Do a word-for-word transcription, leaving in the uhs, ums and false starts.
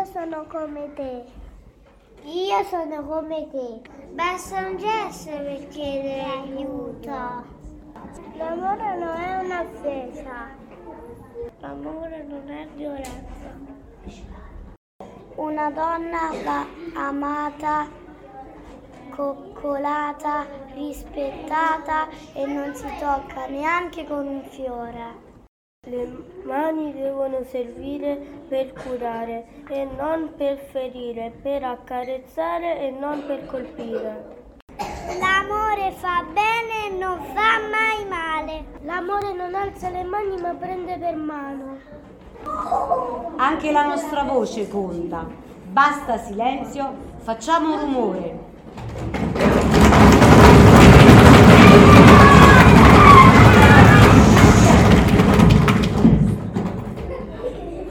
sono come te. Io sono come te. Basta un gesto per chiedere aiuto. L'amore non è un'offesa. L'amore non è violenza. Una donna va amata, coccolata, rispettata e non si tocca neanche con un fiore. Le mani devono servire per curare e non per ferire, per accarezzare e non per colpire. L'amore fa bene e non fa mai male. L'amore non alza le mani ma prende per mano. Anche la nostra voce conta. Basta silenzio, facciamo rumore.